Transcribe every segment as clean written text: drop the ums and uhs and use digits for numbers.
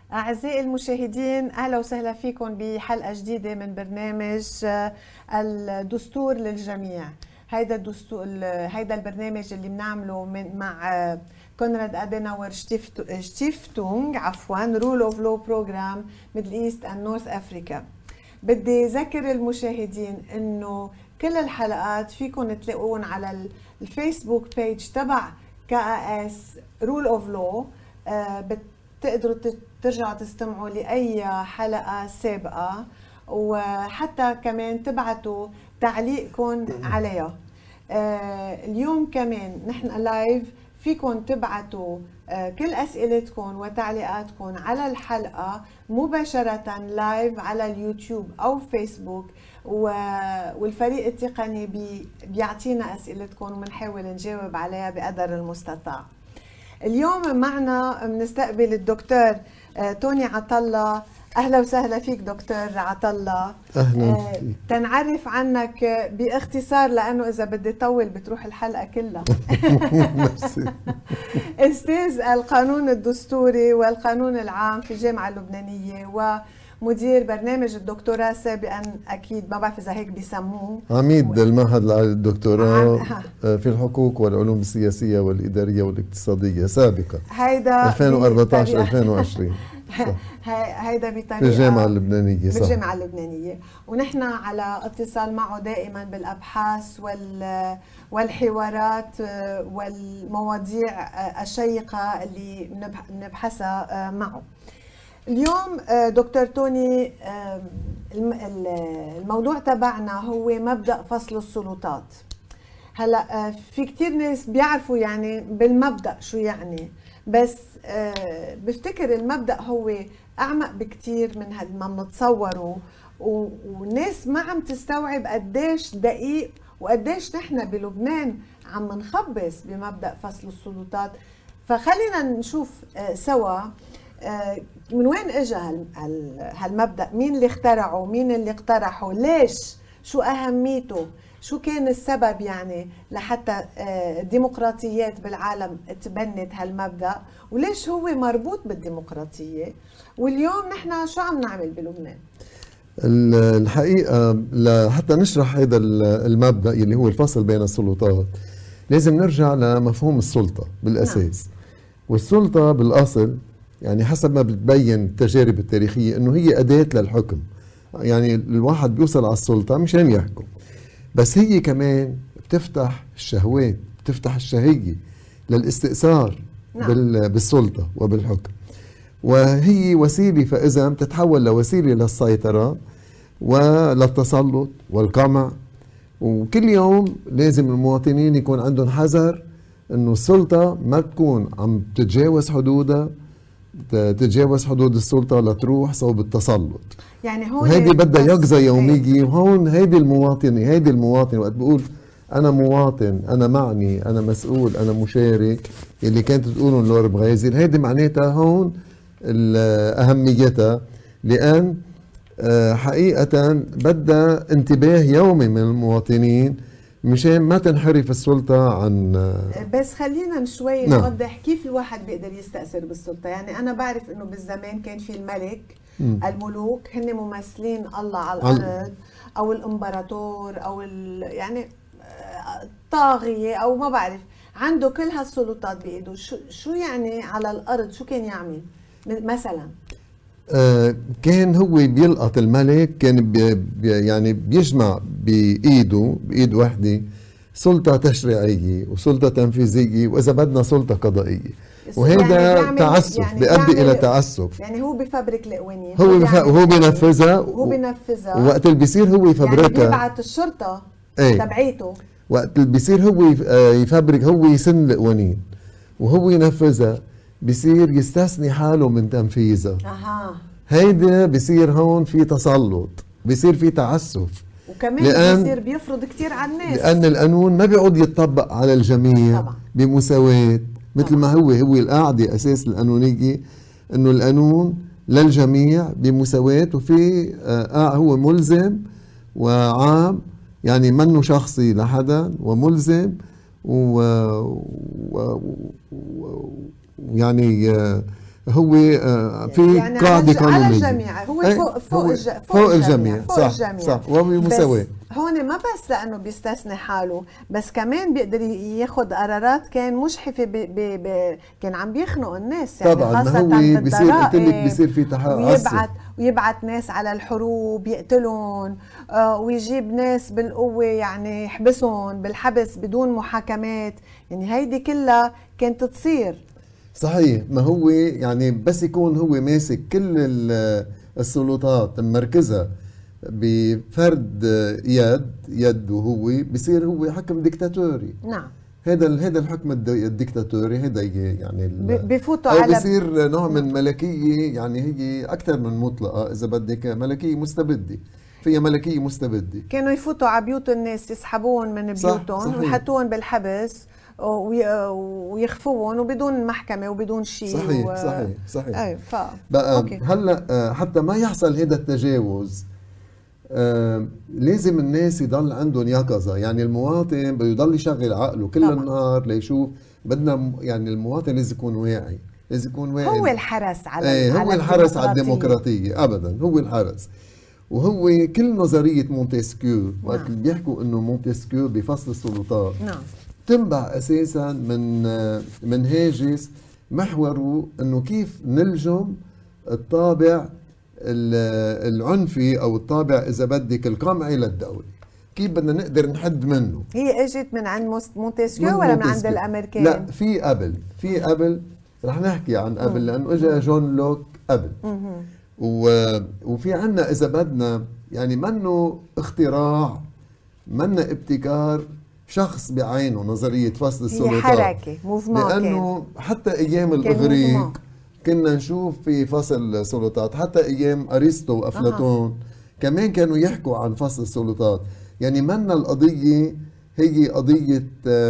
أعزائي المشاهدين، أهلا وسهلا فيكم بحلقة جديدة من برنامج الدستور للجميع. هيدا البرنامج اللي بنعمله مع كونراد أديناور شتيفتونغ رول اوف لو بروجرام ميدل ايست اند نورث افريكا. بدي أذكر المشاهدين إنه كل الحلقات فيكم تلاقون على الفيسبوك بيج تبع KAS رول اوف لو. بتقدروا ترجعوا تستمعوا لأي حلقة سابقة، وحتى كمان تبعتوا تعليقكم عليها. اليوم كمان نحن لايف، فيكم تبعتوا كل أسئلتكم وتعليقاتكم على الحلقة مباشرة لايف على اليوتيوب أو فيسبوك، والفريق التقني بيعطينا أسئلتكم ومنحاول نجاوب عليها بقدر المستطاع. اليوم معنا بنستقبل الدكتور توني عطلة. أهلا وسهلا فيك دكتور عطلة. أهلا فيك. تنعرف عنك باختصار لأنه إذا بدي طول بتروح الحلقة كلها. أستاذ القانون الدستوري والقانون العام في الجامعة اللبنانية، ومدير برنامج الدكتوراه سابقا، أكيد ما بعرف إذا هيك بيسموه، عميد المعهد الدكتوراه في الحقوق والعلوم السياسية والإدارية والاقتصادية سابقا، هيدا 2014-2020 هيدا بطريقة في الجامعة اللبنانية. بالجامعة اللبنانية، ونحن على اتصال معه دائما بالأبحاث والحوارات والمواضيع الشيقة اللي نبحثها معه. اليوم دكتور توني، الموضوع تبعنا هو مبدأ فصل السلطات. هلا في كتير ناس بيعرفوا يعني بالمبدأ شو يعني، بس بفتكر المبدأ هو أعمق بكتير من ما بنتصوره، والناس ما عم تستوعب قديش دقيق وقديش نحن بلبنان عم نخبص بمبدأ فصل السلطات. فخلينا نشوف سوا من وين اجى هالمبدأ، مين اللي اخترعه، مين اللي اقترحه، ليش، شو أهميته، شو كان السبب يعني لحتى الديمقراطيات بالعالم تبنت هالمبدأ، وليش هو مربوط بالديمقراطية، واليوم نحن شو عم نعمل بلبنان. الحقيقة حتى نشرح هذا المبدأ اللي هو الفصل بين السلطات لازم نرجع لمفهوم السلطة بالأساس. والسلطة بالأصل يعني حسب ما بتبين التجارب التاريخية انه هي أداة للحكم. يعني الواحد بيوصل على السلطة مشان يحكم، بس هي كمان بتفتح الشهوات، بتفتح الشهية للاستئثار بالسلطة وبالحكم، وهي وسيلة فإذا بتتحول لوسيلة للسيطرة وللتسلط والقمع. وكل يوم لازم المواطنين يكون عندهم حذر انه السلطة ما تكون عم تتجاوز حدودها، تتجاوز حدود السلطة لتروح صوب التسلط. يعني هون هيدي بدها يقظة يومية. وهون هيدي المواطن وقت بقول أنا مواطن، أنا معني، أنا مسؤول، أنا مشارك، اللي كانت تقولون لور بغازي، هيدي معناتها هون أهميتها، لأن حقيقة بدها انتباه يومي من المواطنين مشان ما تنحرف السلطة عن. بس خلينا شوي نوضح كيف الواحد بيقدر يستأثر بالسلطة. يعني أنا بعرف إنه بالزمان كان في الملك، الملوك هن ممثلين الله على الأرض، أو الإمبراطور، أو يعني الطاغية، أو ما بعرف، عنده كل هالسلطات بإيده. شو يعني على الأرض شو كان يعمل مثلا؟ كان هو بيلقط الملك، كان يعني بيجمع بإيد واحدة سلطة تشريعية وسلطة تنفيذية، وإذا بدنا سلطة قضائية، وهذا يعني تعسف، يعني بيؤدي إلى تعسف. يعني هو بفبرك القوانين، هو بينفذها، وقت اللي بيصير هو يفبركها، يعني بيبعت الشرطة تبعيته، وقت اللي بيصير هو يفبرك، هو يسن القوانين وهو ينفذها، بيصير يستثني حاله من تنفيذها. هيدا بيصير هون في تسلط، بيصير في تعسف، وكمان بيصير بيفرض كتير على الناس، لأن القانون ما بيعود يتطبق على الجميع طبعا بمساواة. مثل ما هو القاعدة أساس القانونية إنه القانون للجميع بمساواة، وفي هو ملزم وعام، يعني منه شخصي لحدا، وملزم يعني هو في يعني قاعدة قانونية على الجميع، هو فوق الجميع. صح صح، وهو مساواة. هون ما بس لأنه بيستثني حاله، بس كمان بيقدر ياخد قرارات كان مشحفة كان عم بيخنق الناس، يعني طبعا. خاصة ما هو بيصير قلت لك بيصير في ويبعت ناس على الحروب يقتلهم، ويجيب ناس بالقوة يعني يحبسهم بالحبس بدون محاكمات، يعني هيدي كلها كانت تصير. صحيح. ما هو يعني بس يكون هو ماسك كل السلطات مركزها بفرد يد وهو بصير هو حكم ديكتاتوري. نعم. هذا الحكم الديكتاتوري هذا يعني بفوتوا على بصير نوع من ملكية، يعني هي أكثر من مطلقة إذا بدك، ملكية مستبدة، فيها ملكية مستبدة. كانوا يفوتوا على بيوت الناس يسحبون من بيوتهم ويحطوهم بالحبس ويخفوهم وبدون محكمة وبدون شيء. صحيح. أي بقى هلا حتى ما يحصل هذا التجاوز لازم الناس يضل عندهم يقظة، يعني المواطن بده يضل يشغل عقله كل طبعا. النهار ليشوف. بدنا يعني المواطن لازم يكون واعي، هو الحرس على هو الحرس على الديمقراطية أبدا، هو الحرس. وهو كل نظرية مونتسكيو وقت اللي بيحكوا انه مونتسكيو بفصل السلطات تنبع اساسا من هاجس محوره انه كيف نلجم الطابع العنفي او الطابع اذا بدك القمعي للدولة، كيف بدنا نقدر نحد منه. هي اجت من عند مونتسكيو ولا من عند الامريكان؟ لا، في قبل رح نحكي عن قبل لانه اجى جون لوك قبل. وفي عنا إذا بدنا يعني منه اختراع، منه ابتكار شخص بعينه نظرية فصل السلطات، هي حركة لأنه حتى أيام الإغريق كنا نشوف في فصل سلطات، حتى أيام أرسطو وأفلاطون كمان كانوا يحكوا عن فصل السلطات. يعني منه القضية هي قضية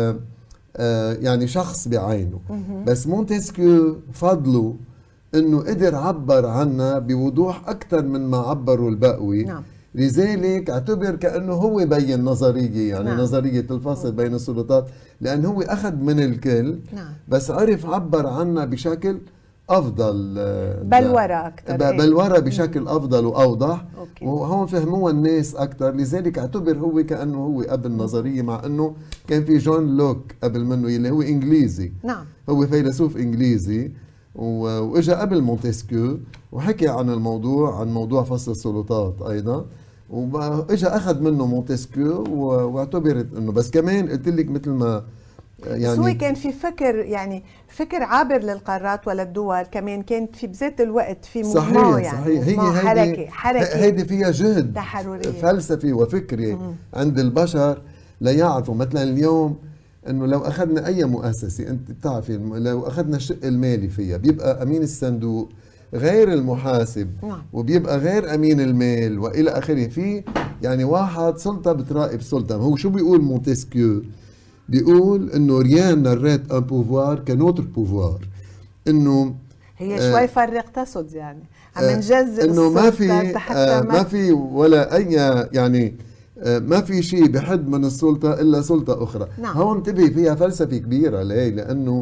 يعني شخص بعينه. بس مونتسكيو فضله انه قدر عبر عنها بوضوح اكثر من ما عبروا البقوي. لذلك اعتبر كانه هو بين نظريه، يعني نظريه الفصل بين السلطات، لانه هو اخذ من الكل بس عرف عبر عنها بشكل افضل، بلوره اكثر، بلوره بشكل افضل واوضح. وهون فهموها الناس اكثر، لذلك اعتبر هو كانه هو ابن النظريه، مع انه كان في جون لوك قبل منه اللي هو انجليزي. هو فيلسوف انجليزي واجا قبل مونتسكيو وحكي عن الموضوع، عن موضوع فصل السلطات ايضا، واجا اخذ منه مونتسكيو واعتبرت انه. بس كمان قلت لك مثل ما يعني هو كان في فكر، يعني فكر عابر للقارات ولا الدول، كمان كانت في بذات الوقت في موفمون، يعني هي حركه هيدي فيها جهد تحررية فلسفي وفكري عند البشر ليعرفوا. مثلا اليوم انه لو اخذنا اي مؤسسه، انت بتعرفي لو اخذنا الشق المالي فيها بيبقى امين الصندوق غير المحاسب وبيبقى غير امين المال والى اخره. في يعني واحد سلطه بتراقب سلطه. هو شو بيقول مونتسكيو؟ بيقول انه ريان نريت ان بوفوار كنوتر بوفوار، انه هي شوي فرق تسد، يعني عم نجزء انه ما في ولا اي يعني ما في شيء بحد من السلطة إلا سلطة أخرى. هون انتبه فيها فلسفة كبيرة. ليه؟ لأنه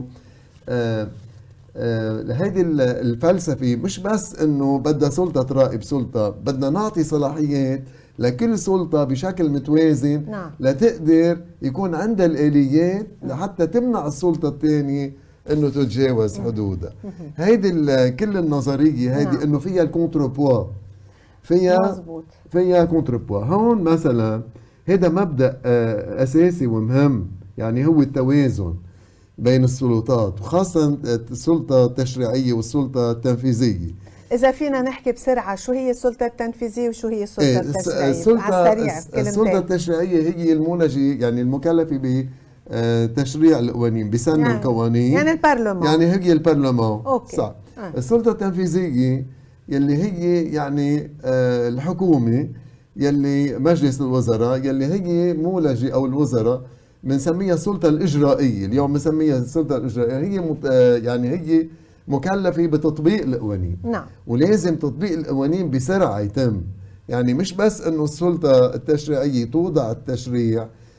هيدي الفلسفة مش بس إنه بدها سلطة تراقب سلطة، بدنا نعطي صلاحيات لكل سلطة بشكل متوازن لتقدر يكون عندها الآليات لحتى تمنع السلطة الثانية إنه تتجاوز حدودها. هيدي كل النظرية هيدي إنه فيها الكونتربوا، فيها كونتربوا. هون مثلا هذا مبدأ أساسي ومهم، يعني هو التوازن بين السلطات، وخاصة السلطة التشريعية والسلطة التنفيذية. إذا فينا نحكي بسرعة، شو هي السلطة التنفيذية وشو هي السلطة التشريعية؟ على السريع السلطة التشريعية هي المنجي، يعني المكلفة بتشريع القوانين، بسن القوانين، يعني البرلمان، يعني هي البرلمان. صح. السلطة التنفيذية يلي هي يعني الحكومة، يلي مجلس الوزراء، يلي هي مولجة أو الوزراء بنسميها السلطة الإجرائية. اليوم بنسميها السلطة الإجرائية. هي يعني هي مكلفة بتطبيق القوانين. ولازم تطبيق القوانين بسرعة يتم. يعني مش بس إنه السلطة التشريعية توضع التشريع،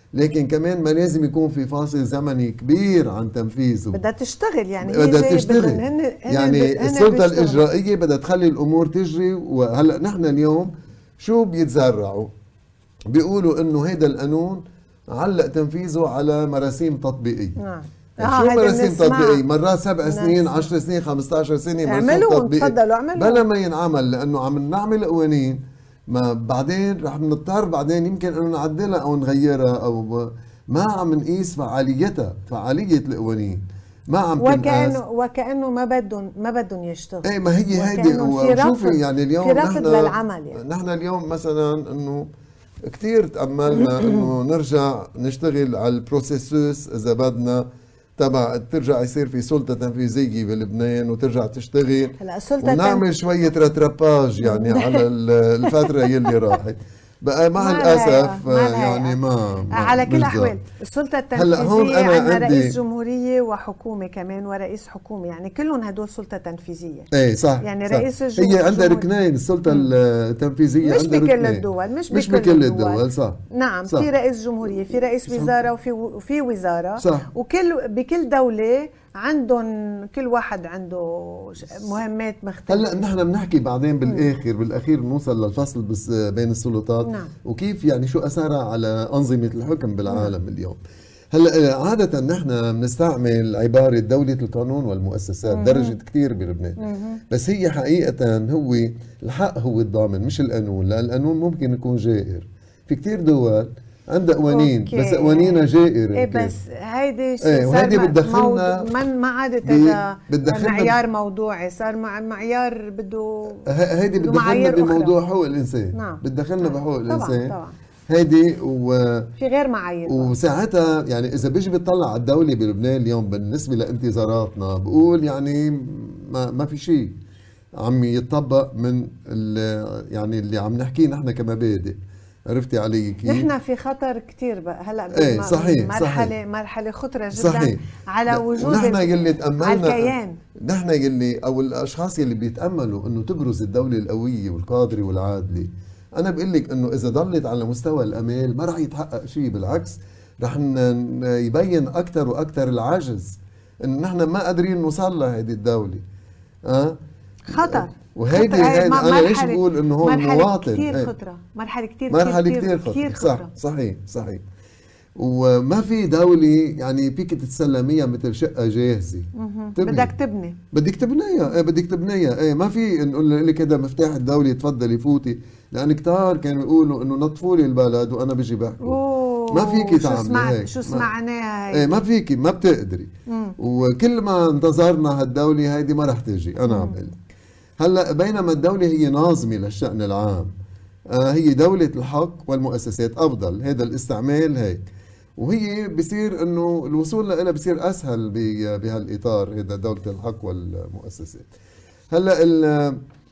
لكن كمان ما لازم يكون في فاصل زمني كبير عن تنفيذه. بدها تشتغل يعني، بدها تشتغل يعني السلطة بيشتغل. الإجرائية بدها تخلي الأمور تجري. وهلأ نحن اليوم شو بيتزرعوا؟ بيقولوا إنه هيدا القانون علق تنفيذه على مراسيم تطبيقية. نعم. شو مراسيم تطبيقية؟ مرات 7 سنين 10 سنين 15 سنة مراسيم تطبيقية تفضلوا اعملوا بلا ما ينعمل، لأنه عم نعمل قوانين ما بعدين رح نضطر بعدين يمكن انه نعدلها او نغيرها، او ما عم نقيس فعاليتها، فعالية القوانين ما عم تنقاس. وكأنه ما بدهم يشتغلوا. ايه ما هي هيدي. وشوفي يعني اليوم في رفض للعمل يعني. نحن اليوم مثلا انه كثير تأملنا انه نرجع نشتغل على البروسيسوس اذا بدنا تبع ترجع يصير في سلطة تنفيذية بلبنان وترجع تشتغل ونعمل شوية رترباج يعني على الفترة يلي راحت. بقى مع الأسف يعني ما على كل الأحوال السلطة التنفيذية عندنا رئيس جمهورية وحكومة كمان ورئيس حكومة، يعني كلهم هدول سلطة تنفيذية. ايه صح يعني صح. رئيس الجمهورية هي عندها ركنين السلطة التنفيذية، مش بكل الدول، مش بكل الدول صح. نعم صح. في رئيس جمهورية، في رئيس وزارة، وفي وزارة صح. بكل دولة عندهم كل واحد عنده مهمات مختلفة. هلا نحن بنحكي بعدين بالاخير بنوصل للفصل بس بين السلطات. نعم. وكيف يعني شو اثرها على انظمة الحكم بالعالم اليوم. هلا عادة نحن بنستعمل عبارة دولة القانون والمؤسسات درجة كثير بلبنان، بس هي حقيقة هو الحق هو الضامن مش القانون، لأن القانون ممكن يكون جائر. في كثير دول عندها قوانين بس قوانينها جائرة. ايه بس هيدي وهيدي بتدخلنا ما عادت هذا معيار موضوعي، صار معيار بده هيدي بتدخلنا بموضوع حقوق الانسان. نعم. بتدخلنا بحقوق الانسان طبعا. هيدي في غير معايير. وساعتها يعني اذا بيجي بيطلع على الدوله بلبنان اليوم بالنسبه لانتظاراتنا بقول يعني ما في شيء عم يتطبق من اللي عم نحكيه نحن كمبادئ. عرفتي علي كيف؟ نحن في خطر كثير بقى هلا. ايه صحيح مرحله خطره جدا. صحيح. على وجود نحن يلي تاملنا على الكيان. نحن يلي او الاشخاص يلي بيتاملوا انه تبرز الدوله القويه والقادره والعادله. انا بقول لك انه اذا ضلت على مستوى الامال ما راح يتحقق شيء، بالعكس رح يبين اكثر واكثر العجز انه نحن ما قادرين نوصل لهذه الدوله. خطر. وهيدي انا ليش بقول انه هو المواطن كثير خطره، مرحله كثير خطره. صحيح. وما في دولة يعني فيك تتسلميها مثل شقة جاهزة. بدك تبنيها. ايه ما في نقول لك هذا مفتاح الدولة تفضلي فوتي، لأن كتار كانوا يقولوا انه نطفوا لي البلد وانا بجي بحكي. ما فيكي تعملي هيك. شو سمعناها هيك. ايه ما فيكي، ما بتقدري. وكل ما انتظرنا هالدولة هيدي ما رح تجي. انا عم قلك هلا بينما الدولة هي ناظمة للشأن العام، هي دولة الحق والمؤسسات أفضل، هذا الاستعمال هيك، وهي بصير انه الوصول لها بصير اسهل بهالاطار، هذا دولة الحق والمؤسسات. هلا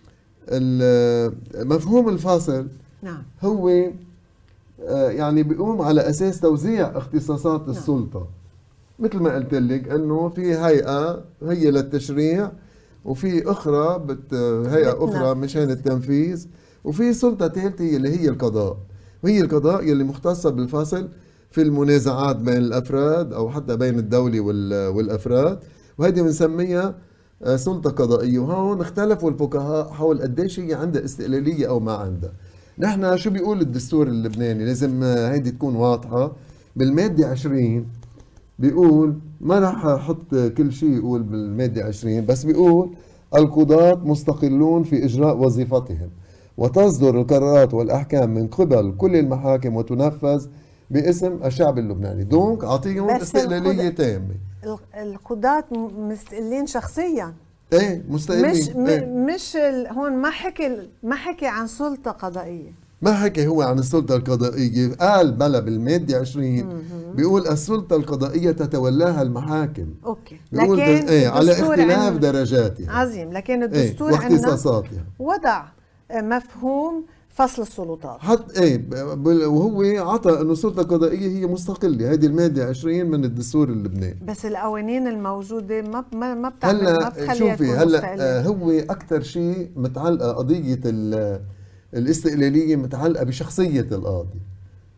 مفهوم الفاصل نعم هو يعني بيقوم على اساس توزيع اختصاصات السلطة. مثل ما قلت لك انه في هيئة هي للتشريع، وفي اخرى هيئة اخرى مشان التنفيذ، وفي سلطة ثالثة اللي هي القضاء، وهي القضاء يلي مختصة بالفصل في المنازعات بين الافراد او حتى بين الدولة والافراد، وهذه بنسميها سلطة قضائية. وهون اختلفوا الفقهاء حول قديش هي عندها استقلالية او ما عندها. نحن شو بيقول الدستور اللبناني؟ لازم هيدي تكون واضحة. بالمادة 20 بيقول، ما راح احط كل شيء يقول بالمادة 20، بس بيقول القضاة مستقلون في اجراء وظيفتهم، وتصدر القرارات والاحكام من قبل كل المحاكم وتنفذ باسم الشعب اللبناني. دونك اعطيهم استقلالية تامة. القضاة مستقلين شخصيا. ايه مستقلين. مش هون ما حكي عن سلطة قضائية. ما حكي هو عن السلطة القضائية، قال بلا بالمادة 20 بيقول السلطة القضائية تتولاها المحاكم. اوكي. لكن على اختلاف درجاتها. عظيم. لكن الدستور واختصاصاتها وضع مفهوم فصل السلطات. وهو عطى انه السلطه القضائيه هي مستقله، هذه الماده 20 من الدستور اللبناني. بس القوانين الموجوده ما ما بتخليها شوفي هلا هو اكثر شيء متعلقه قضيه الاستقلاليه متعلقه بشخصيه القاضي.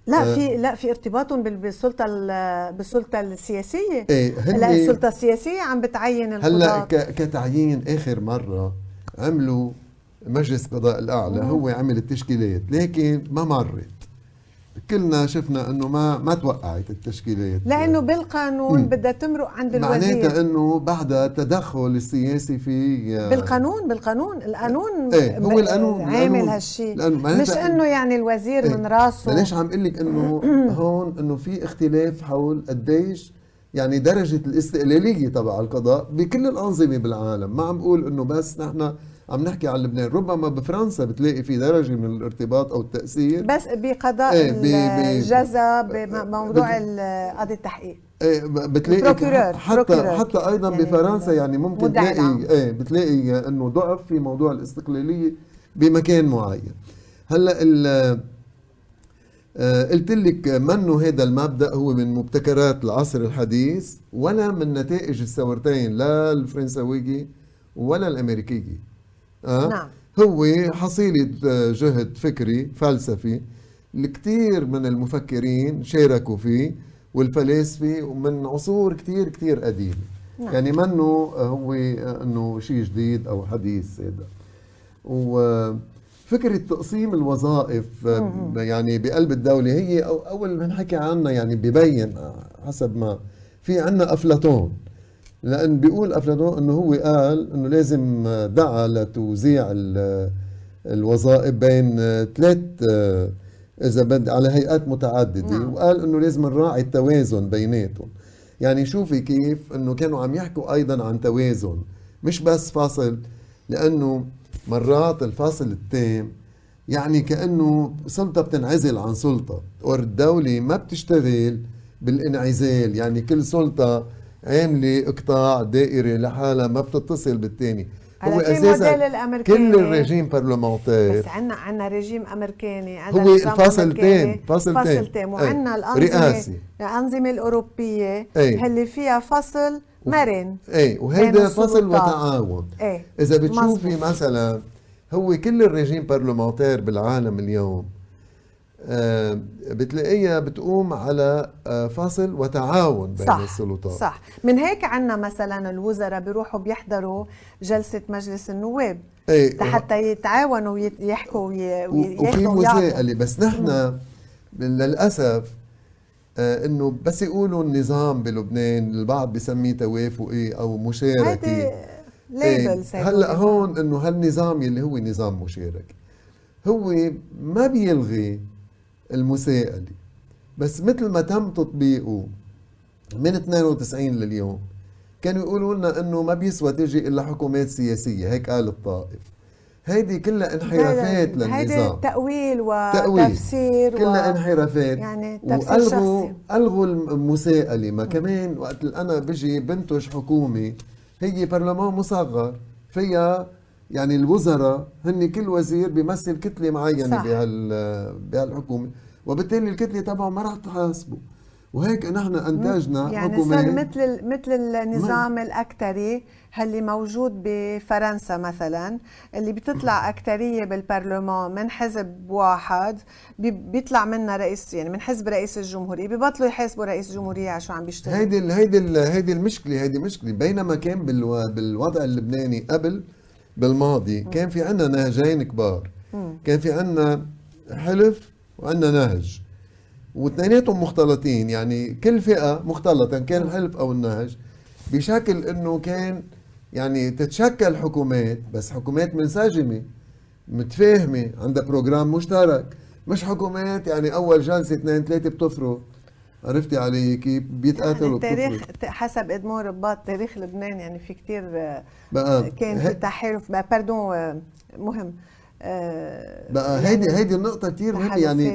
لا في ارتباطهم بالسلطه السياسيه. هلا السلطه السياسيه عم بتعين القضاة. هلا كتعيين اخر مره عملوا مجلس قضاء الاعلى، هو عمل التشكيلات لكن ما مرت. كلنا شفنا انه ما توقعت التشكيلات، لانه بالقانون بدها تمرق عند الوزير. معناتها انه بعدها تدخل السياسي في القانون هو القانون عامل هالشيء، مش انه يعني الوزير من راسه. ليش عم اقول لك انه هون انه في اختلاف حول قديش يعني درجه الاستقلاليه تبع القضاء بكل الانظمه بالعالم. ما عم بقول انه بس نحن عم نحكي عن لبنان، ربما بفرنسا بتلاقي في درجة من الارتباط أو التأثير بس بقضاء الجزا بموضوع قاضي التحقيق. بتلاقي حتى أيضا يعني بفرنسا يعني ممكن بتلاقي أنه ضعف في موضوع الاستقلالية بمكان معين. هلا قلت لك منه هذا المبدأ هو من مبتكرات العصر الحديث ولا من نتائج الثورتين لا الفرنسوية ولا الأمريكية. نعم. هو حصيلة جهد فكري فلسفي الكثير من المفكرين شاركوا فيه والفلاسفة ومن عصور كتير كتير قديمة. نعم. يعني منه هو انه شيء جديد او حديث هذا. وفكرة تقسيم الوظائف يعني بقلب الدولة هي اول ما نحكي عنها يعني ببين حسب ما في عنا أفلاطون، لأن بيقول أفلاطون أنه هو قال أنه لازم دعا لتوزيع الوظائف بين ثلاث إذا بدي على هيئات متعددة. نعم. وقال أنه لازم نراعي التوازن بيناتهم. يعني شوفي كيف أنه كانوا عم يحكوا أيضا عن توازن مش بس فاصل، لأنه مرات الفاصل التام يعني كأنه سلطة بتنعزل عن سلطة، والدولة ما بتشتغل بالانعزال، يعني كل سلطة عاملة اقطاع دائري لحالها ما بتتصل بالتاني. هو اساسا كل الرجيم برلمانتير، بس عندنا رجيم امريكاني هو الفاصل تام فاصل تام، وعندنا الانظمه الاوروبيه اللي فيها فصل مرن وهذا فصل وتعاون. اذا بتشوفي مثلا هو كل الرجيم برلمانتير بالعالم اليوم بتلاقيها بتقوم على فصل وتعاون بين السلطات. صح. من هيك عنا مثلا الوزراء بيروحوا بيحضروا جلسة مجلس النواب حتى يتعاونوا ويحكوا وفي مساءلة. بس نحن للأسف انه بس يقولوا النظام بلبنان البعض بيسميه توافقي او مشاركي. هلا هون انه هالنظام يلي هو نظام مشارك هو ما بيلغي المساءلة، بس مثل ما تم تطبيقه من 92 لليوم كانوا يقولوا لنا انه ما بيسوى تجي الا حكومات سياسية، هيك قال الطائف. هيدي كلها انحرافات للنظام، هيدي تأويل وتفسير كلها انحرافات. يعني تفسير شخصي. ألغوا المساءلة. ما كمان وقت أنا بجي بنتج حكومة هي برلمان مصغر فيها يعني الوزراء هن كل وزير بيمثل كتلة معينة بهالحكومة، وبالتالي الكتلة تبعه ما راح تحاسبه. وهيك نحن انتجنا يعني حكومات صار مثل النظام الاكتري اللي موجود بفرنسا مثلا، اللي بتطلع اكتريه بالبرلمان من حزب واحد بيطلع منها رئيس، يعني من حزب رئيس الجمهوريه، ببطلوا يحاسبوا رئيس الجمهوريه على شو عم بيشتغل. هيدي المشكله، هيدي مشكله. بينما كان بالوضع اللبناني قبل بالماضي كان في عنا نهجين كبار، كان في عنا حلف وعنا نهج، واثنيناتهم مختلطين. يعني كل فئة مختلطة كان الحلف أو النهج، بشكل أنه كان يعني تتشكل حكومات، بس حكومات منسجمة متفاهمة عندها بروجرام مشترك، مش حكومات يعني أول جلسة 2-3 بتفرق. عرفتي علي كيف بيتقاتلوا؟ يعني التاريخ حسب إدمون رباط تاريخ لبنان يعني في كتير كان في تحالف باردون مهم. بقى هيدي النقطة كتير مهمة. يعني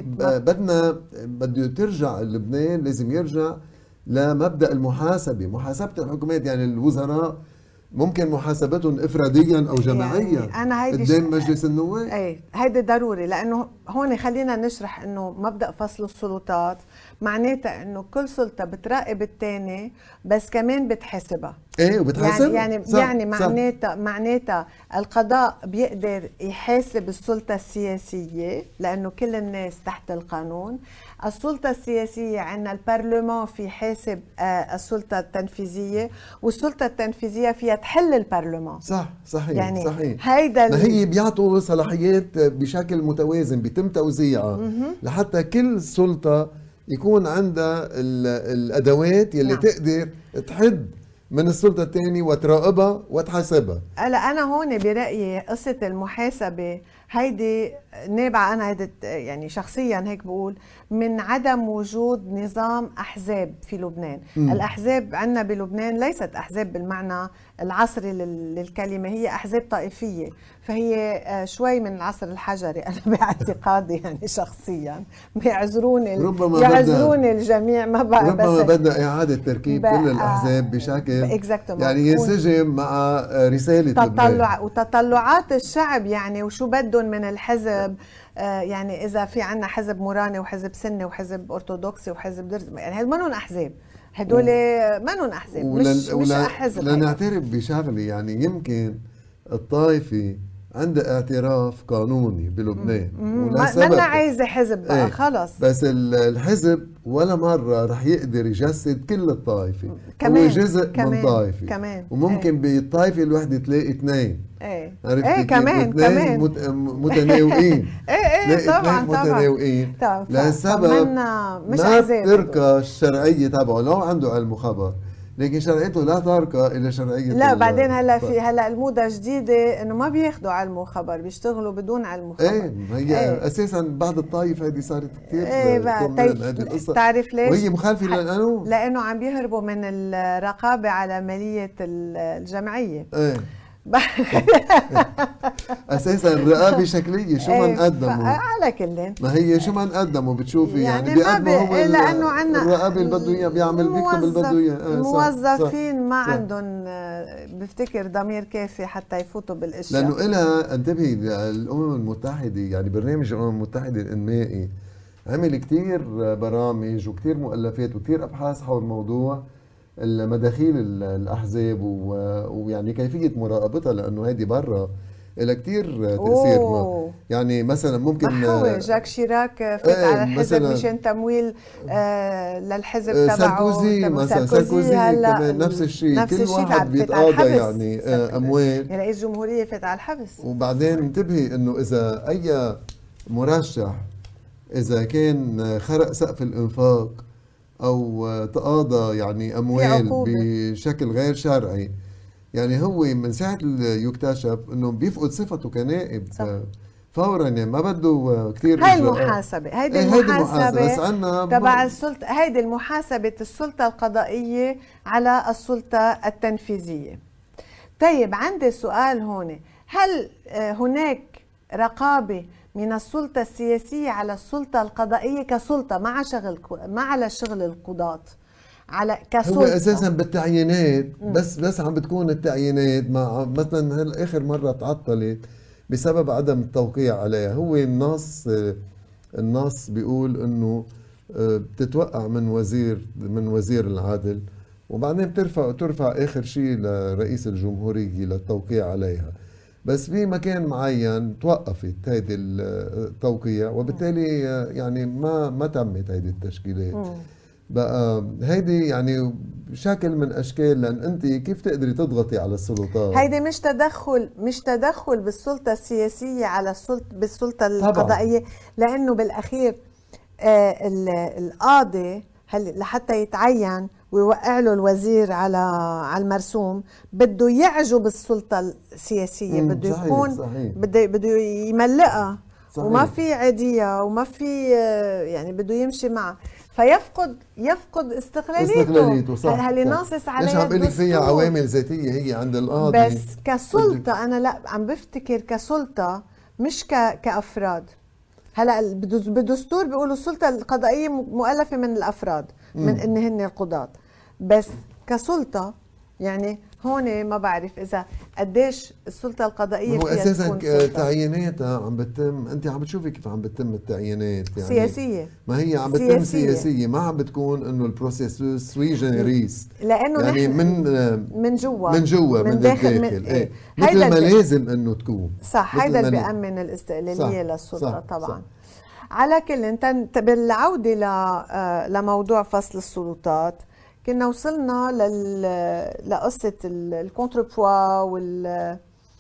بده ترجع لبنان، لازم يرجع لمبدأ المحاسبة، محاسبة الحكومات. يعني الوزراء ممكن محاسبتهم افراديا او جماعيا يعني قدام مجلس النواب. هيدي ضروري، لانه هون خلينا نشرح انه مبدأ فصل السلطات معناتها انه كل سلطة بتراقب الثاني بس كمان بتحاسبها. ايه وبتحاسب يعني معناتها القضاء بيقدر يحاسب السلطة السياسية لأنه كل الناس تحت القانون. السلطة السياسية عندنا البرلمان في حاسب السلطة التنفيذية، والسلطة التنفيذية فيها تحل البرلمان. صحيح يعني صحيح. هيدا هي بيعطوا صلاحيات بشكل متوازن، بيتم توزيعها لحتى كل سلطة يكون عندها الأدوات يلي تقدر تحد من السلطة الثانية وتراقبها وتحاسبها. هلا أنا هون برأيي قصة المحاسبة هيدي نابعة، أنا هيدي يعني شخصيا هيك بقول، من عدم وجود نظام أحزاب في لبنان. الأحزاب عندنا بلبنان ليست أحزاب بالمعنى العصري للكلمة، هي أحزاب طائفية، فهي شوي من العصر الحجري أنا باعتقادي يعني شخصيا. بيعذروني الجميع، ما بقى ربما بدنا إعادة تركيب كل الأحزاب بشكل يعني ينسجم مع رسالة لبنان وتطلعات الشعب يعني وشو بدهم من الحزب. يعني إذا في عنا حزب موراني وحزب سني وحزب أرثوذكسي وحزب درز، يعني هدول منهم أحزاب، هدول منهم أحزاب مش أحزب. لنعترف بشغلة، يعني يمكن الطائفة عندها اعتراف قانوني بلبنان ما أنا عايزة حزب بقى خلص. بس الحزب ولا مرة رح يقدر يجسد كل الطائفة، كمان هو جزء من طائفة كمان. وممكن بالطائفة الوحدة تلاقي اثنين. كمان متناوئين. طبعا متناوئين لسبب مش ما تركى الشرعية تبعه، لو عنده علم وخبر لكن شرعيته لا تركى الى شرعيه. لا بعدين هلا الموضه جديده انه ما بياخذوا علم وخبر، بيشتغلوا بدون علم وخبر. هي اساسا بعض الطائفه هذه صارت كثير هذه القصه. تعرف ليش؟ وهي مخالفه للقانون، لانه عم بيهربوا من الرقابه على ماليه الجمعيه. اساسا الرقابه شكليه، شو ما نقدموا على كل ما هي شو ما نقدموا بتشوفي يعني بيقدموا هو لانه عندنا الرقابه اللي بده اياه بيعمل بيكتب اللي بده اياه. الموظفين ما عندهم بفتكر ضمير كافي حتى يفوتوا بالاشياء، لانه إلها انتبهي الامم المتحده، يعني برنامج الامم المتحده الانمائي عمل كتير برامج وكتير مؤلفات وكتير ابحاث حول موضوع المداخيل الأحزاب ويعني كيفية مراقبتها، لأنه هيدي برا إلها كتير تأثير. يعني مثلا ممكن جاك شيراك فات على الحزب مشان تمويل للحزب تبعه. ساركوزي كمان نفس الشيء، كل واحد بيتقاضى يعني أموال. رئيس جمهورية فات على الحبس. وبعدين انتبهي إنه إذا أي مرشح إذا كان خرق سقف الإنفاق أو تقاضى يعني أموال بشكل غير شرعي، يعني هو من ساعة يكتشف إنه بيفقد صفته كنائب فورا، يعني ما بده كثير. هاي المحاسبة، هيدي المحاسبة بس عنا تبع السلطة، هيدي المحاسبة السلطة القضائية على السلطة التنفيذية. طيب عندي سؤال هون، هل هناك رقابة من السلطة السياسية على السلطة القضائية كسلطة ما على شغل القضاة على كسلطة؟ هو أساسا بالتعيينات بس عم بتكون التعيينات مع مثلا آخر مرة تعطلت بسبب عدم التوقيع عليها. هو النص بيقول إنه بتتوقع من وزير العدل، وبعدين ترفع آخر شيء لرئيس الجمهورية للتوقيع عليها، بس في مكان معين توقفت هيدي التوقيع، وبالتالي يعني ما تمت هيدي التشكيلات. بقى هيدي يعني شكل من اشكال، لان انت كيف تقدري تضغطي على السلطات؟ هيدي مش تدخل بالسلطه السياسيه على بالسلطه القضائيه، لانه بالاخير القاضي لحتى يتعين ويوقع له الوزير على المرسوم بده يعجب السلطة السياسية، بده يكون بده يملقها، وما في عادية وما في يعني بده يمشي معه، فيفقد استقلاليته. هل ناصص عليها؟ ليش عم بقول لك فيها عوامل ذاتية هي عند القاضي؟ بس كسلطة أنا لا عم بفتكر كسلطة مش كأفراد. هلا بالدستور بيقولوا السلطة القضائية مؤلفة من الأفراد من إن هن القضاة، بس كسلطة يعني هون ما بعرف اذا قديش السلطه القضائيه هو فيها اساسا تكون سلطة تعييناتها عم بتتم، انت عم بتشوفي كيف عم بتتم التعيينات يعني سياسيه. ما هي عم بتتم سياسيه، ما عم بتكون انه البروسيسوس سوي جينيريس، لانه يعني من جوا من الداخل من ايه مثل ما لازم انه تكون. صح، هيدا اللي بيأمن الاستقلاليه للسلطه. صح طبعا. صح. على كل بالعوده لموضوع فصل السلطات، كنا وصلنا لقصه الكونتربوا وال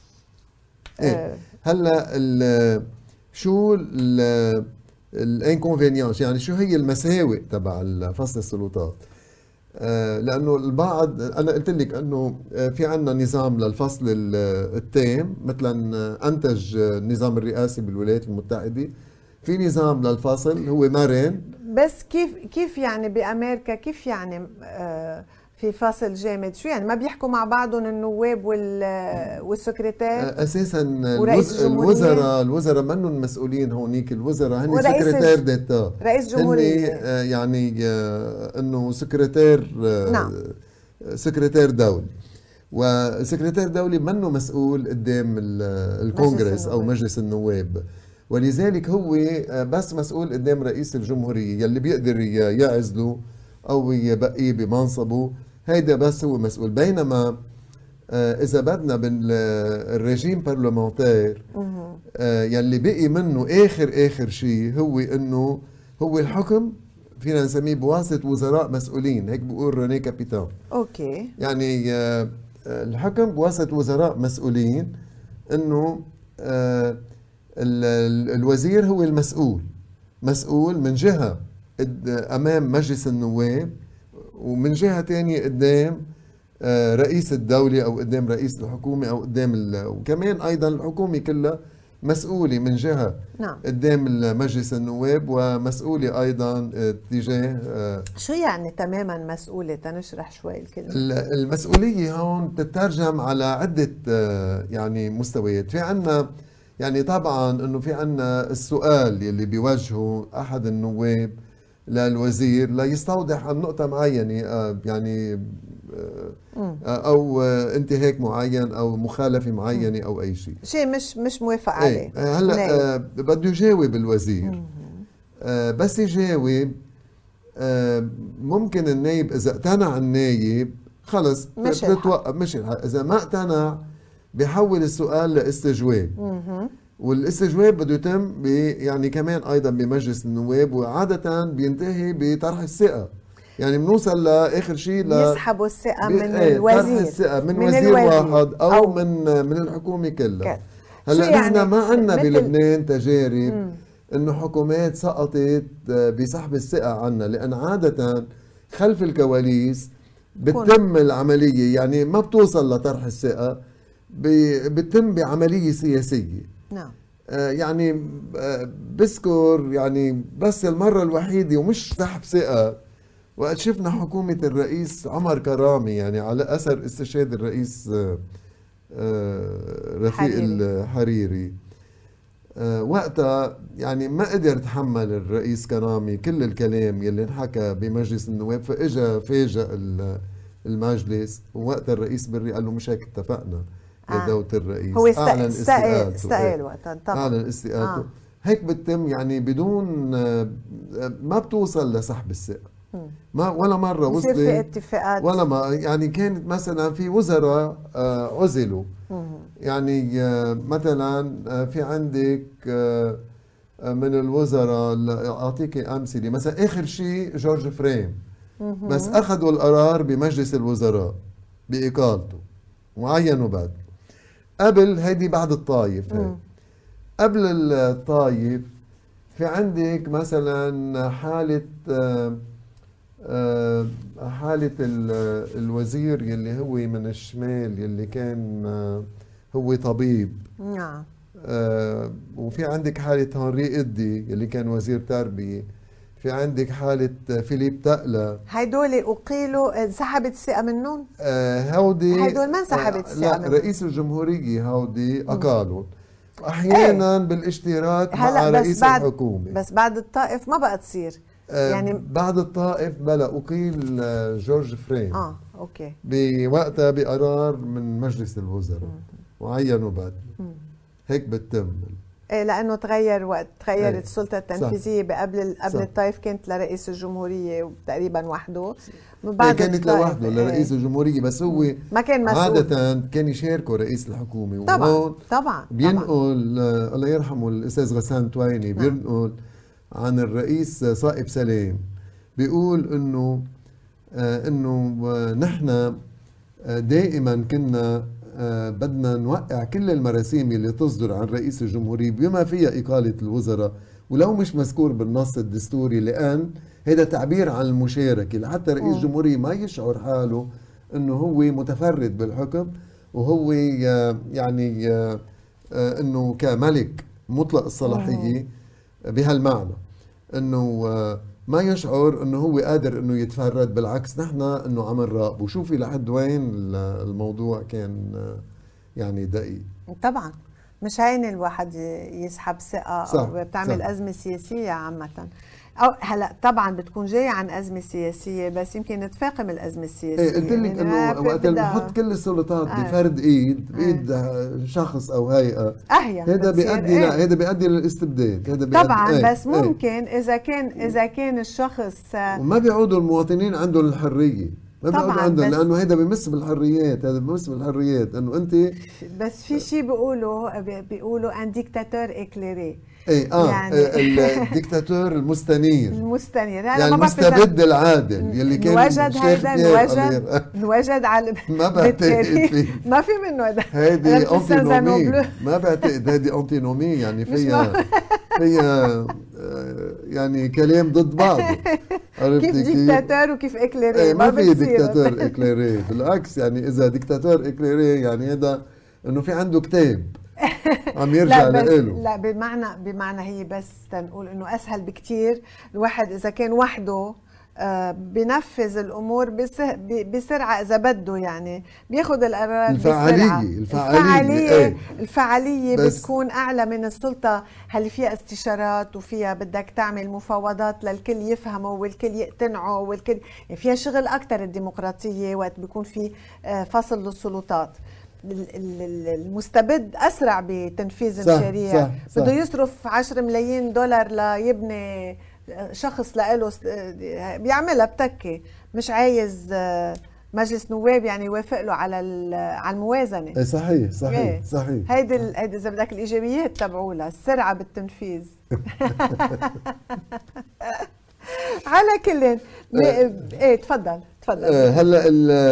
هلا شو الانكونفينيانس، يعني شو هي المساوئ تبع فصل السلطات؟ لانه البعض، انا قلت لك انه في عندنا نظام للفصل التام، مثلا انتج النظام الرئاسي بالولايات المتحده، في نظام للفصل هو مرن. بس كيف يعني بامريكا كيف يعني في فصل جامد؟ شو يعني ما بيحكوا مع بعضهم النواب والسكرتير؟ اساسا الوزراء منهم مسؤولين هونيك، الوزراء هن سكرتير ديتا، رئيس جمهورية يعني انه سكرتير نعم سكرتير دولي، وسكرتير دولي منه مسؤول قدام الكونغرس او مجلس النواب، ولذلك هو بس مسؤول قدام رئيس الجمهورية يلي بيقدر يعزله أو يبقيه بمنصبه، هيدا بس هو مسؤول. بينما إذا بدنا بالرجيم برلمانتير يلي بقي منه آخر شيء هو إنه هو الحكم، فينا نسميه بواسطة وزراء مسؤولين، هيك بقول ريني كابيتان. أوكي. يعني الحكم بواسطة وزراء مسؤولين، إنه الوزير هو مسؤول من جهة أمام مجلس النواب، ومن جهة تانية قدام رئيس الدولة أو قدام رئيس الحكومة أو قدام وكمان أيضا الحكومة كلها مسؤولة من جهة نعم. قدام مجلس النواب، ومسؤولة أيضا تجاه شو يعني تماما مسؤولة؟ تنشرح شوي الكلمة. المسؤولية هون تترجم على عدة يعني مستويات. في عنا يعني طبعا انه في عنا السؤال يلي بيوجهه احد النواب للوزير ليستوضح عن نقطة معينة، يعني او انتهاك معين او مخالفة معينة او اي شيء مش موافق عليه. هلا بده يجاوب الوزير، بس يجاوب ممكن النايب اذا اقتنع النايب خلص بتوقف مش الحق، اذا ما اقتنع بيحول السؤال لاستجواب، والاستجواب بده يتم يعني كمان ايضا بمجلس النواب، وعاده بينتهي بطرح الثقه، يعني بنوصل لاخر شيء يسحبوا الثقه من الوزير، طرح الثقه من وزير واحد او من الحكومه كلها. هلا نحن يعني ما عندنا بلبنان تجارب انه حكومات سقطت بسحب الثقه عنا، لان عاده خلف الكواليس بتتم العمليه، يعني ما بتوصل لطرح الثقه، بتتم بعمليه سياسيه. نعم. يعني بذكر يعني بس المره الوحيده ومش سحب ثقه، وقت شفنا حكومه الرئيس عمر كرامي، يعني على اثر استشهاد الرئيس رفيق الحريري، وقتها يعني ما قدر يتحمل الرئيس كرامي كل الكلام يلي انحكى بمجلس النواب، فاجا فاجأ المجلس، ووقتها الرئيس بري قال له مش هيك اتفقنا يا دولة الرئيس، هو استقال وقتها طبعا، اعلن استقالته. هيك بتتم يعني بدون ما بتوصل لسحب الثقة، ما ولا مرة وصلت في اتفاقات، ولا ما يعني كانت مثلا في وزراء عزلوا، يعني مثلا في عندك من الوزراء، اعطيك امثله، مثلا اخر شيء جورج فريم، بس اخذوا القرار بمجلس الوزراء باقالته وعينوا بعد. قبل هيدي بعد الطايف، قبل الطايف في عندك مثلا حالة الوزير يلي هو من الشمال يلي كان هو طبيب. نعم. وفي عندك حالة هنري إدي يلي كان وزير تربية. في عندك حالة فيليب تقلة. هيدول أقيلوا، انسحبت الثقة منهم؟ هيدول ما انسحبت الثقة منهم. رئيس الجمهورية هودي أقالوا أحيانا بالاشتراك مع رئيس الحكومة. بس بعد الطائف ما بقى تصير، يعني بعد الطائف بلا أقيل جورج فريم. اوكي. بوقتها بقرار من مجلس الوزراء وعينوا بعد هيك بتتم. ايه لانه تغير وقت تغيرت ايه. السلطه التنفيذيه قبل الطائف كانت لرئيس الجمهوريه تقريبا وحده، بعد كانت لوحده لرئيس الجمهوريه، بس هو ما كان مسؤول. عاده كان يشاركه رئيس الحكومه. طبعا وهون طبعا بينقل الله يرحمه الاستاذ غسان تويني بينقل عن الرئيس صائب سلام، بيقول انه نحن دائما كنا بدنا نوقع كل المراسيم اللي تصدر عن رئيس الجمهورية بما فيها إقالة الوزراء، ولو مش مذكور بالنص الدستوري، لأن هذا تعبير عن المشاركة لحتى رئيس الجمهورية ما يشعر حاله انه هو متفرد بالحكم، وهو يعني انه كملك مطلق الصلاحية بهالمعنى، انه ما يشعر انه هو قادر انه يتفرد. بالعكس نحن انه عم نراقب وشوفي لحد وين الموضوع كان يعني دقيق. طبعا مش هين الواحد يسحب ثقة أو بتعمل أزمة سياسية عامة. أو هلا طبعا بتكون جاية عن أزمة سياسية، بس يمكن نتفاقم الأزمة السياسية. قلت لك إنه وقت نحط كل السلطات بفرد بإيد شخص أو هيئة، هذا بيؤدي هذا بيؤدي للاستبداد. هذا طبعا بس ممكن إذا كان الشخص وما بيعودوا المواطنين عندهم الحرية، ما بيقعدوا عندهم، لانه هذا بيمس بالحريات. انه انت بس في شيء بيقولوا ان ديكتاتور اكليري. اي يعني الديكتاتور المستنير يعني المستبد العادل يلي كان نوجد على ما بعتقد فيه، ما في منه هذا. هيدي انتينومي، ما بعتقد هيدي انتينومي، يعني فيها يعني كلام ضد بعض. كيف ديكتاتور وكيف اكليري؟ ما في ديكتاتور اكليري، بالعكس يعني اذا ديكتاتور اكليري يعني هذا انه في عنده كتاب عم يرجع له. لا بمعنى هي بس تنقول انه اسهل بكتير الواحد اذا كان وحده بنفذ الامور بسرعه اذا بده، يعني بياخذ القرار الفعاليه بتكون اعلى من السلطه. هل فيها استشارات وفيها بدك تعمل مفاوضات للكل يفهموا والكل يقتنعوا والكل، يعني فيها شغل اكثر. الديمقراطيه وقت بيكون في فصل للسلطات، المستبد أسرع بتنفيذ المشاريع. بده يصرف 10 ملايين دولار ليبني شخص لإله بيعملها بتكي، مش عايز مجلس نواب يعني يوافق له على الموازنة. صحيح. هيدي إذا بدك الإيجابيات تبعولها السرعة بالتنفيذ. على كل ايه تفضل. هلا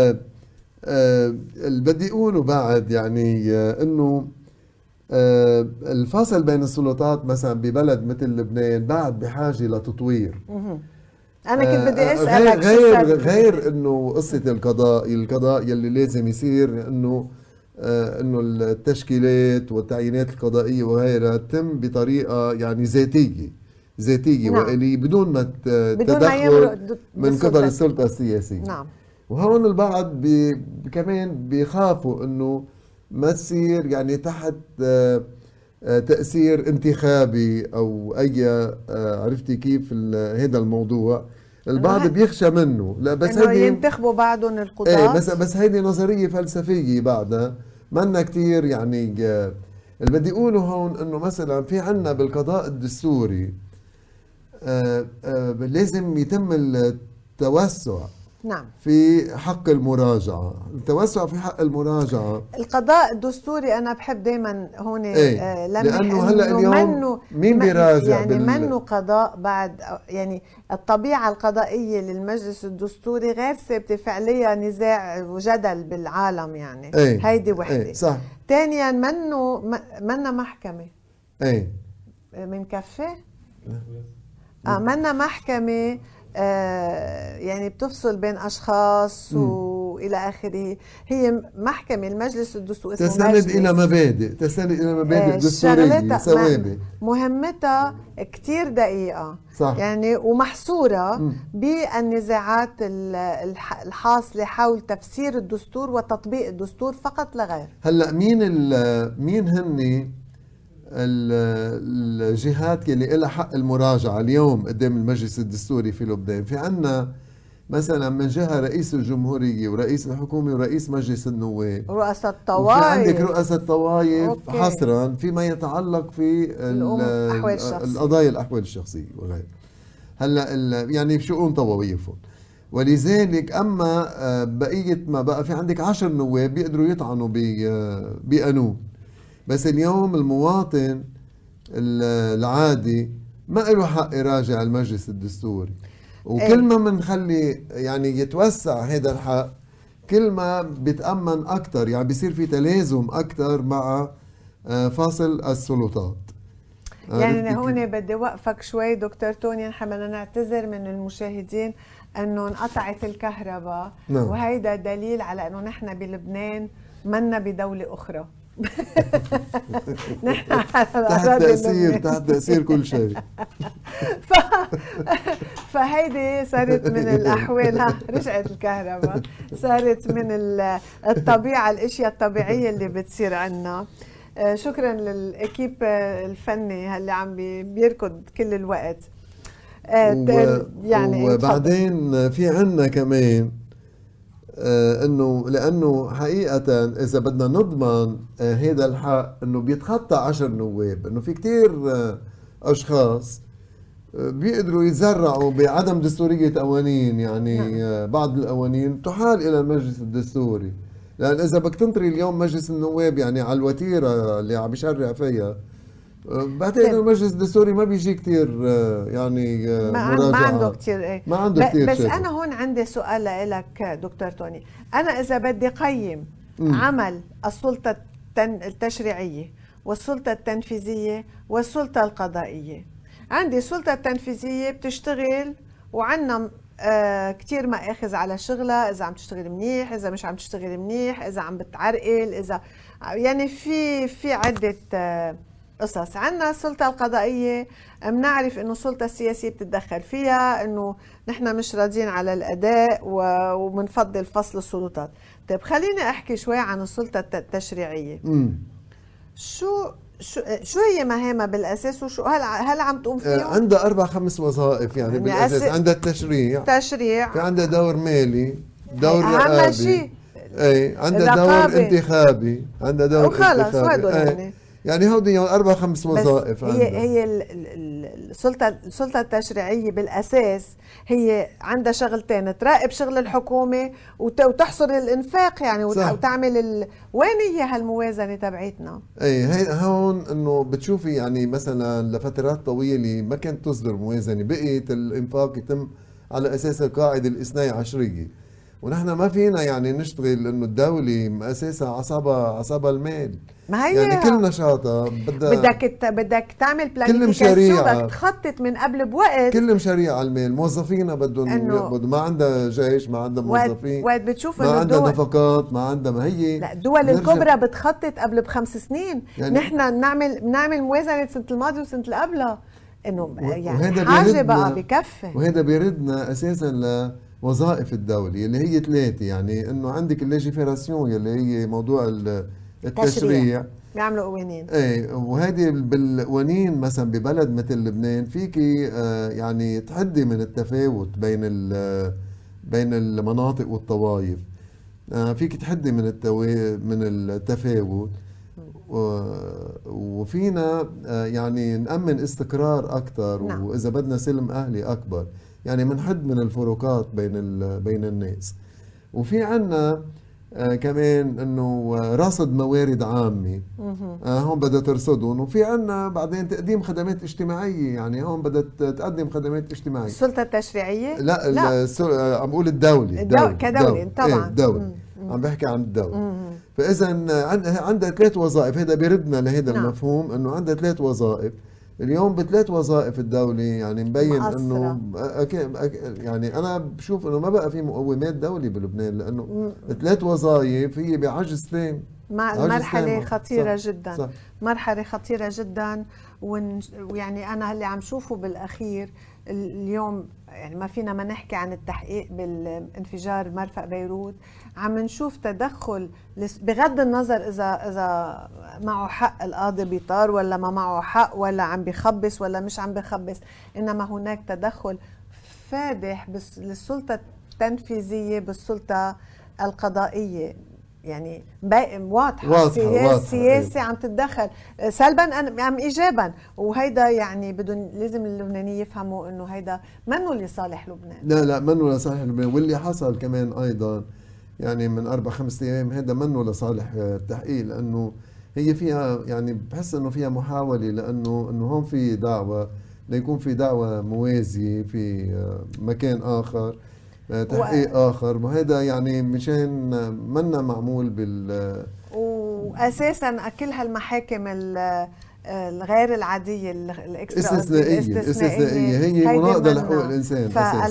اللي بدي اقوله بعد يعني انه الفصل بين السلطات مثلا ببلد مثل لبنان بعد بحاجه لتطوير. انا كنت بدي اسالك غير انه قصه القضاء يلي لازم يصير انه التشكيلات والتعيينات القضائيه وغيرها تتم بطريقه يعني ذاتيه نعم. وإلي بدون ما تدخل من قبل السلطه السياسيه. نعم. وهون البعض كمان بيخافوا انه ما تصير يعني تحت تأثير انتخابي او اي عرفتي كيف هذا الموضوع. البعض بيخشى منه. لا بس هيدي ينتخبوا بعضهم القضاة. بس هيدي نظرية فلسفية بعدها منا كتير يعني. اللي بدي اقوله هون انه مثلا في عنا بالقضاء الدستوري لازم يتم التوسع. نعم. في حق المراجعة، التوسع في حق المراجعة. القضاء الدستوري أنا بحب دايما هون لأنه هلا اليوم مين بيراجع يعني منه قضاء بعد، يعني الطبيعة القضائية للمجلس الدستوري غير ثابتة، فعليا نزاع وجدل بالعالم يعني. هيدي وحدة. صح. ثانيا منا محكمة. من كفة؟ منا محكمة يعني بتفصل بين أشخاص وإلى آخره. هي محكمة المجلس الدستوري تستند إلى مبادئ دستورية ثوابت. مهمتها كتير دقيقة. صح. يعني ومحصورة بالنزاعات الحاصلة حول تفسير الدستور وتطبيق الدستور فقط لا غير. هلأ مين هن الجهات اللي لها حق المراجعة اليوم قدام المجلس الدستوري في لبنان؟ في عنا مثلا من جهة رئيس الجمهورية ورئيس الحكومة ورئيس مجلس النواب، رؤساء وفي عندك الطوائف، رؤساء الطوائف أوكي. حصرا فيما يتعلق في الأحوال الشخصية، القضايا الأحوال الشخصية وغيرها. هلا يعني شؤون طوائفهم. ولذلك اما بقيه ما بقى في عندك 10 نواب بيقدروا يطعنوا بقانون، بس اليوم المواطن العادي ما له حق يراجع المجلس الدستوري. وكل ما بنخلي يعني يتوسع هذا الحق كل ما بيتأمن أكثر، يعني بيصير في تلازم أكثر مع فاصل السلطات. يعني هون بدي وقفك شوي دكتور توني، نحن بدنا نعتذر من المشاهدين انه انقطعت الكهرباء. نعم. وهيدا دليل على انه نحن بلبنان منا بدولة اخرى. نحن تحت تأثير كل شيء. فهيدي صارت من الأحوال، رجعت الكهرباء، صارت من الطبيعة، الاشياء الطبيعية اللي بتصير عنا. شكرا للأكيب الفني اللي عم بيركض كل الوقت. يعني وبعدين في عنا كمان انه لانه حقيقة اذا بدنا نضمن هذا الحق انه بيتخطى 10 نواب، انه في كتير اشخاص بيقدروا يتزرعوا بعدم دستورية قوانين، يعني بعض القوانين تحال الى المجلس الدستوري. لان اذا بدك تنطري اليوم مجلس النواب يعني على الوتيرة اللي عم بيشرع فيها، بعتقد المجلس الدستوري ما بيجي كتير يعني مراجعة، ما عنده كتير ايه، ما عنده كتير بس شيء. انا هون عندي سؤال لك دكتور توني. انا اذا بدي قيم عمل السلطة التشريعية والسلطة التنفيذية والسلطة القضائية، عندي السلطة التنفيذية بتشتغل وعنا كتير مآخذ على شغلها، إذا عم تشتغل منيح، إذا مش عم تشتغل منيح، إذا عم بتعرقل، إذا يعني في عدة قصص. عنا السلطة القضائية بنعرف إنه السلطة السياسية بتتدخل فيها، إنه نحن مش راضيين على الأداء ومنفضل فصل السلطات. طيب خليني أحكي شوي عن السلطة التشريعية. شو هي مهامها بالاساس، وشو هل عم تقوم فيهم؟ عندها 4-5 وظائف يعني بالاساس. عندها التشريع، في عندها دور مالي، دور رقابي، اي عندها دور انتخابي، عندها دور وخلص هدول يعني هودي 4-5 وظائف. هي السلطة التشريعية بالأساس هي عندها شغلتين، تراقب شغل الحكومة وتحصر الإنفاق يعني، وتعمل وين هي هالموازنة تبعتنا؟ اي هون انه بتشوفي يعني مثلا لفترات طويلة ما كانت تصدر موازنة، بقيت الإنفاق يتم على أساس القاعدة الاثني عشرية، ونحن ما فينا يعني نشتغل انه الدولة اساسها عصابها المال. ما هي يعني كل نشاطها بدك تعمل بلانيفيكاسيون، بدك تخطط من قبل بوقت. كل مشاريع على المال، موظفينها بدهم يقبضوا، ما عندها جيش، ما عندها موظفين، وقت بتشوف ما عندها نفقات، ما عندها. ما هي لا، الدول الكبرى بتخطط قبل ب5 سنين، يعني نحن بنعمل موازنة السنة الماضية والسنة اللي قبلها، انه يعني حاجة بقى بكفي. وهذا بيردنا اساسا وظائف الدولة اللي هي 3، يعني انه عندك الليجيفيراسيون اللي هي موضوع التشريع، بيعملوا قوانين. ايه، وهذه بالقوانين مثلا ببلد مثل لبنان فيك يعني تحدي من التفاوت بين المناطق والطوائف، فيك تحدي من التفاوت، وفينا يعني نأمن استقرار أكثر. نعم. وإذا بدنا سلم أهلي أكبر، يعني منحد من الفروقات بين الناس. وفي عنا كمان انه رصد موارد عامه، هون بدها ترصدهم. وفي عنا بعدين تقديم خدمات اجتماعيه، يعني هون بدها تقدم خدمات اجتماعيه. السلطه التشريعيه؟ لا. عم بقول الدولة كدولة طبعا. ايه الدولة. عم بحكي عن الدولة. فاذا عندها 3 وظائف. هذا بيردنا لهذا المفهوم انه عندها 3 وظائف. اليوم ب3 وظائف الدولة يعني مبين انه يعني انا بشوف انه ما بقى في مقومات دولة بلبنان، لانه 3 وظائف هي بعجز تام. مرحلة خطيرة جدا. صح. مرحلة خطيرة جدا. ويعني انا اللي عم شوفه بالاخير اليوم، يعني ما فينا ما نحكي عن التحقيق بالانفجار مرفأ بيروت. عم نشوف تدخل بغض النظر اذا معه حق القاضي بيطار ولا ما معه حق، ولا عم بيخبص ولا مش عم بيخبص، انما هناك تدخل فادح للسلطة التنفيذية بالسلطة القضائية. يعني واضحة السياسة عم تتدخل سلبا أم إيجابا، وهيدا يعني لازم اللبنانيين يفهموا إنه هيدا منه لصالح لبنان. لا منه لصالح لبنان، واللي حصل كمان أيضا يعني من 4-5 أيام هذا منه لصالح التحقيق، لأنه هي فيها يعني بحس إنه فيها محاولة، لأنه هون في دعوة ليكون في دعوة موازية في مكان آخر، تحقيق آخر، وهذا يعني مشان منا معمول وأساسا كل هالمحاكم الغير العادية الاستثنائية هي مناقضة لحقوق الإنسان.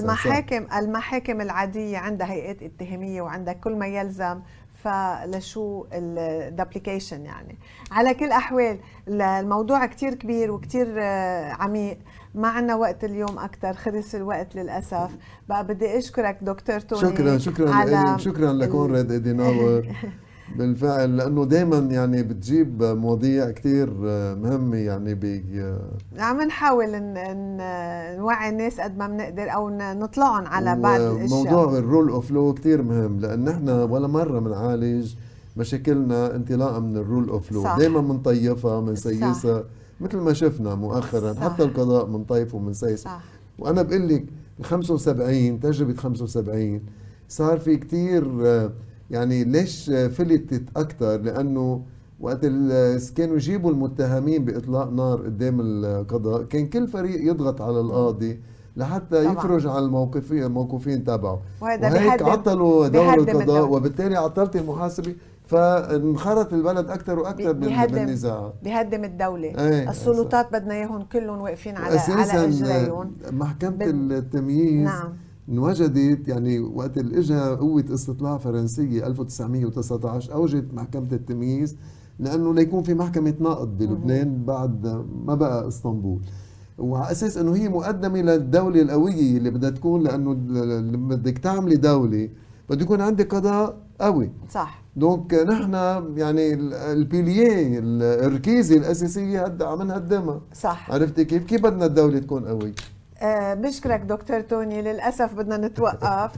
المحاكم العادية عندها هيئات اتهامية وعندها كل ما يلزم، فلشو الدبليكيشن يعني. على كل أحوال الموضوع كتير كبير وكتير عميق، معنا وقت اليوم أكتر، خلص الوقت للأسف. بقى بدي أشكرك دكتور توني. شكرا لكونراد إديناور بالفعل، لأنه دايما يعني بتجيب مواضيع كتير مهمة. يعني عم نحاول نوعي الناس قد ما بنقدر أو نطلعهم على بعض الأشياء. موضوع الرول أوف لو كتير مهم، لأن احنا ولا مرة بنعالج مشاكلنا انطلاقا من الرول أوف لو، دايما منطيفها منسيسها مثل ما شفنا مؤخرا. صح. حتى القضاء منطيف ومنسيس. وأنا بقول لك 75 تجربة 75 صار في كتير يعني ليش فلتت أكتر، لأنه وقت كانوا يجيبوا المتهمين بإطلاق نار قدام القضاء كان كل فريق يضغط على القاضي لحتى طبعا يفرج على الموقوفين تبعه، وهيك عطلوا دور القضاء، وبالتالي عطلت المحاسبة، فانخرط البلد أكتر وأكتر بالنزاع. بيهدم الدولة. السلطات بدنا إياهم كلهم واقفين على إجريهم. محكمة التمييز نعم انوجدت يعني وقت اجى قوة استطلاع فرنسية 1919 أوجدت محكمة التمييز، لأنه ليكون في محكمة نقض بلبنان بعد ما بقى اسطنبول، وعلى أساس أنه هي مقدمة للدولة القوية اللي بدها تكون، لأنه لما بدك تعملي دولة بده يكون عندك قضاء قوي. صح. دونك نحن يعني البيليه الركيزة الأساسية عم نهدمها. صح. عرفتي كيف بدنا الدولة تكون قوية. بشكرك دكتور توني، للأسف بدنا نتوقف.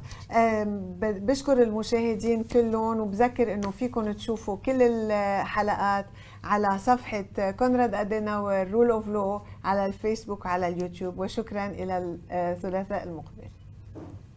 بشكر المشاهدين كلهم، وبذكر انه فيكم تشوفوا كل الحلقات على صفحة كونراد أديناور رول اوف لو على الفيسبوك وعلى اليوتيوب. وشكرا إلى الثلاثاء المقبل.